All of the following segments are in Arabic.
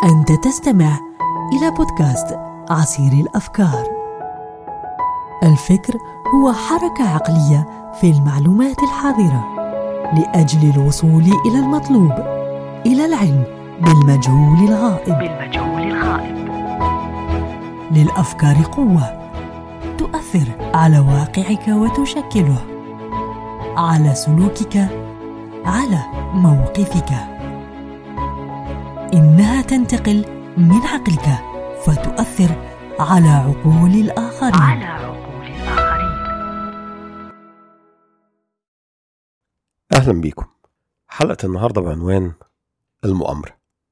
أنت تستمع إلى بودكاست عصير الأفكار. الفكر هو حركة عقلية في المعلومات الحاضرة لأجل الوصول إلى المطلوب، إلى العلم بالمجهول الغائب. للأفكار قوة تؤثر على واقعك وتشكله، على سلوكك، على موقفك. إنها تنتقل من عقلك فتؤثر على عقول الآخرين. أهلا بكم. حلقة النهاردة بعنوان المؤامرة.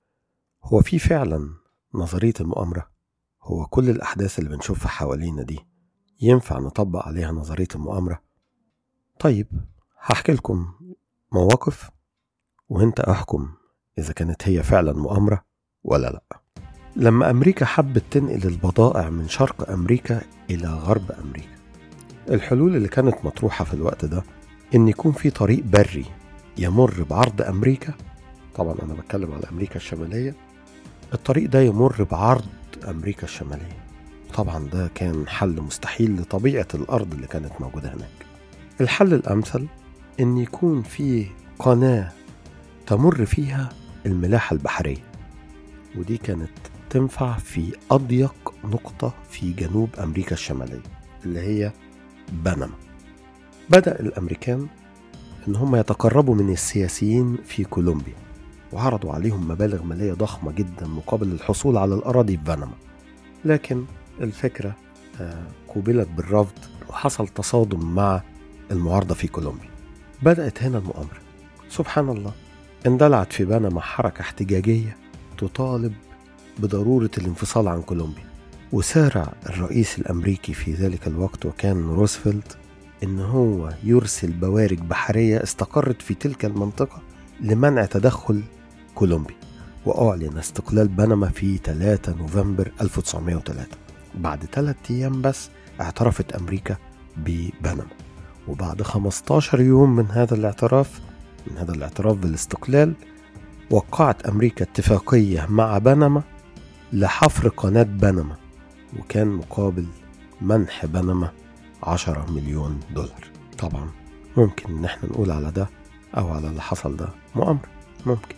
هو في فعلا نظرية المؤامرة؟ هو كل الأحداث اللي بنشوفها حوالينا دي ينفع نطبق عليها نظرية المؤامرة؟ طيب هحكي لكم مواقف وانت احكم إذا كانت هي فعلا مؤامرة ولا لا. لما أمريكا حبت تنقل البضائع من شرق أمريكا إلى غرب أمريكا، الحلول اللي كانت مطروحة في الوقت ده إن يكون في طريق بري يمر بعرض أمريكا. طبعا أنا بتكلم على أمريكا الشمالية. الطريق ده يمر بعرض أمريكا الشمالية. طبعا ده كان حل مستحيل لطبيعة الأرض اللي كانت موجودة هناك. الحل الأمثل إن يكون في قناة تمر فيها الملاحة البحرية، ودي كانت تنفع في أضيق نقطة في جنوب أمريكا الشمالية اللي هي بنما. بدأ الأمريكان إن هم يتقربوا من السياسيين في كولومبيا، وعرضوا عليهم مبالغ مالية ضخمة جدا مقابل الحصول على الأراضي في بنما، لكن الفكرة قوبلت بالرفض وحصل تصادم مع المعارضة في كولومبيا. بدأت هنا المؤامرة. سبحان الله، اندلعت في بنما حركة احتجاجية تطالب بضرورة الانفصال عن كولومبيا، وسارع الرئيس الأمريكي في ذلك الوقت وكان روزفلت إن هو يرسل بوارج بحرية استقرت في تلك المنطقة لمنع تدخل كولومبيا، وأعلن استقلال بنما في 3 نوفمبر 1903. بعد 3 أيام بس اعترفت أمريكا ببنما، وبعد 15 يوم من هذا الاعتراف بالاستقلال وقعت أمريكا اتفاقية مع بنما لحفر قناة بنما، وكان مقابل منح بنما 10 مليون دولار. طبعا ممكن ان احنا نقول على ده او على اللي حصل ده مؤامرة، ممكن.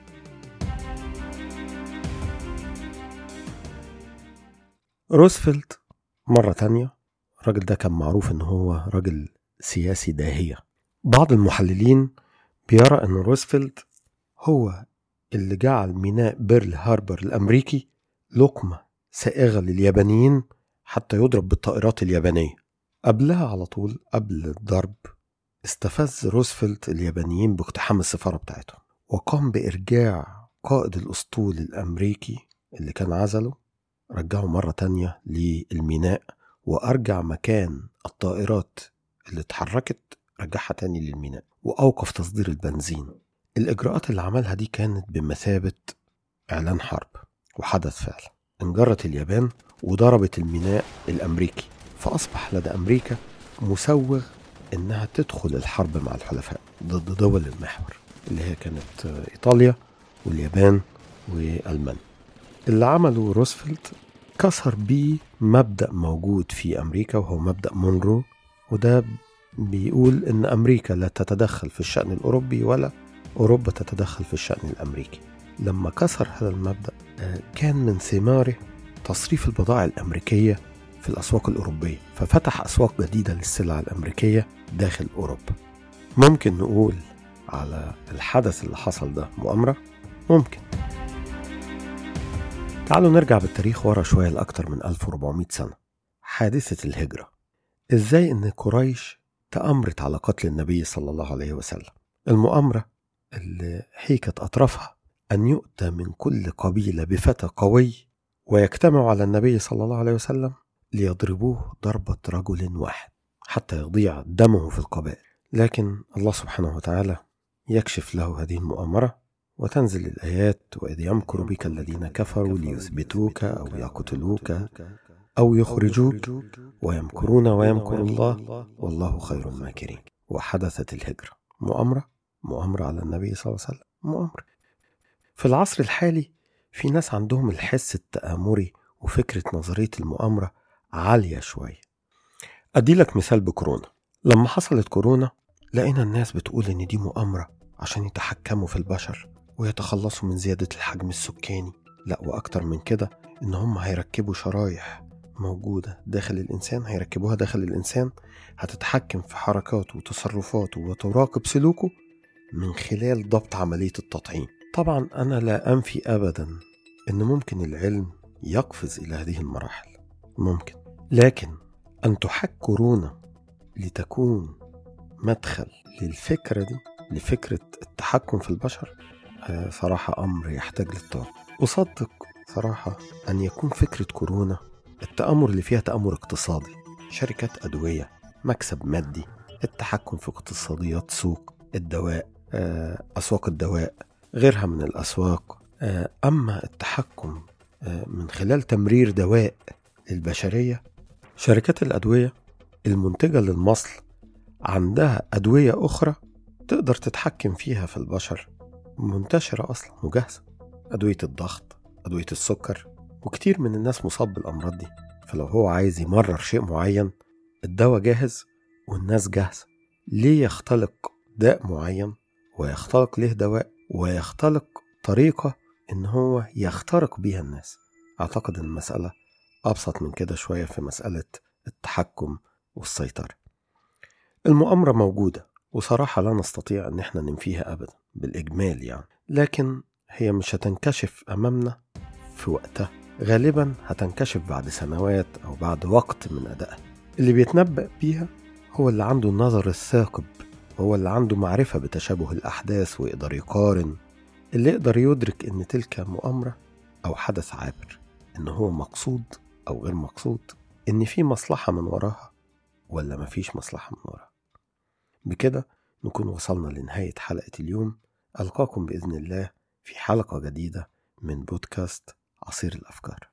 روزفلت مرة تانية، الراجل ده كان معروف ان هو راجل سياسي داهية. بعض المحللين بيرى ان روزفلت هو اللي جعل ميناء بيرل هاربر الأمريكي لقمة سائغة لليابانيين حتى يضرب بالطائرات اليابانية. قبلها على طول، قبل الضرب، استفز روزفلت اليابانيين باقتحام السفارة بتاعتهم، وقام بإرجاع قائد الأسطول الأمريكي اللي كان عزله، رجعه مرة تانية للميناء، وأرجع مكان الطائرات اللي اتحركت رجعها تاني للميناء، وأوقف تصدير البنزين. الإجراءات اللي عملها دي كانت بمثابة إعلان حرب، وحدث فعلا. انجرت اليابان وضربت الميناء الأمريكي، فأصبح لدى أمريكا مسوغ إنها تدخل الحرب مع الحلفاء ضد دول المحور اللي هي كانت إيطاليا واليابان وألمانيا. اللي عمله روزفلت كسر بيه مبدأ موجود في أمريكا، وهو مبدأ مونرو، وده بيقول إن أمريكا لا تتدخل في الشأن الأوروبي ولا أوروبا تتدخل في الشأن الأمريكي. لما كسر هذا المبدأ كان من ثماره تصريف البضائع الأمريكية في الأسواق الأوروبية، ففتح أسواق جديدة للسلع الأمريكية داخل أوروبا. ممكن نقول على الحدث اللي حصل ده مؤامرة؟ ممكن. تعالوا نرجع بالتاريخ ورا شوية لأكتر من 1400 سنة. حادثة الهجرة. إزاي إن قريش تأمرت على قتل النبي صلى الله عليه وسلم؟ المؤامرة اللي حيكت أطرافها أن يؤتى من كل قبيلة بفتى قوي ويجتمعوا على النبي صلى الله عليه وسلم ليضربوه ضربة رجل واحد حتى يضيع دمه في القبائل. لكن الله سبحانه وتعالى يكشف له هذه المؤامرة، وتنزل الآيات: وإذ يمكر بك الذين كفروا ليثبتوك أو يقتلوك أو يخرجوك ويمكرون ويمكر الله والله خير الماكرين. وحدثت الهجرة. مؤامرة على النبي صلى الله عليه وسلم، مؤامرة. في العصر الحالي في ناس عندهم الحس التآمري وفكرة نظرية المؤامرة عالية شوية. أديلك مثال بكورونا. لما حصلت كورونا لقينا الناس بتقول إن دي مؤامرة عشان يتحكموا في البشر ويتخلصوا من زيادة الحجم السكاني. لا، وأكتر من كده، إن هم هيركبوا شرايح موجودة داخل الإنسان، هيركبوها داخل الإنسان هتتحكم في حركاته وتصرفاته وتراقب سلوكه من خلال ضبط عملية التطعيم. طبعا أنا لا أنفي أبدا إن ممكن العلم يقفز إلى هذه المراحل، ممكن، لكن أن تحك كورونا لتكون مدخل للفكرة دي، لفكرة التحكم في البشر، صراحة أمر يحتاج للطاقة. أصدق صراحة أن يكون فكرة كورونا التأمر اللي فيها تأمر اقتصادي، شركات أدوية، مكسب مادي، التحكم في اقتصاديات سوق الدواء، أسواق الدواء، غيرها من الأسواق. أما التحكم من خلال تمرير دواء للبشرية، شركات الأدوية المنتجة للمصل عندها أدوية أخرى تقدر تتحكم فيها في البشر، منتشرة أصلا وجاهزة، أدوية الضغط، أدوية السكر، وكتير من الناس مصاب بالأمراض دي. فلو هو عايز يمرر شيء معين، الدواء جاهز والناس جاهزة. ليه يختلق داء معين ويختلق له دواء ويختلق طريقة إن هو يخترق بيها الناس؟ أعتقد أن المسألة أبسط من كده شوية في مسألة التحكم والسيطرة. المؤامرة موجودة، وصراحة لا نستطيع أن احنا ننفيها أبدا بالإجمال يعني، لكن هي مش هتنكشف أمامنا في وقتها، غالبا هتنكشف بعد سنوات أو بعد وقت من أدائها. اللي بيتنبأ بيها هو اللي عنده النظر الثاقب، هو اللي عنده معرفة بتشابه الأحداث ويقدر يقارن، اللي يقدر يدرك إن تلك مؤامرة أو حدث عابر، إن هو مقصود أو غير مقصود، إن في مصلحة من وراها ولا مفيش مصلحة من وراها. بكده نكون وصلنا لنهاية حلقة اليوم. ألقاكم بإذن الله في حلقة جديدة من بودكاست عصير الأفكار.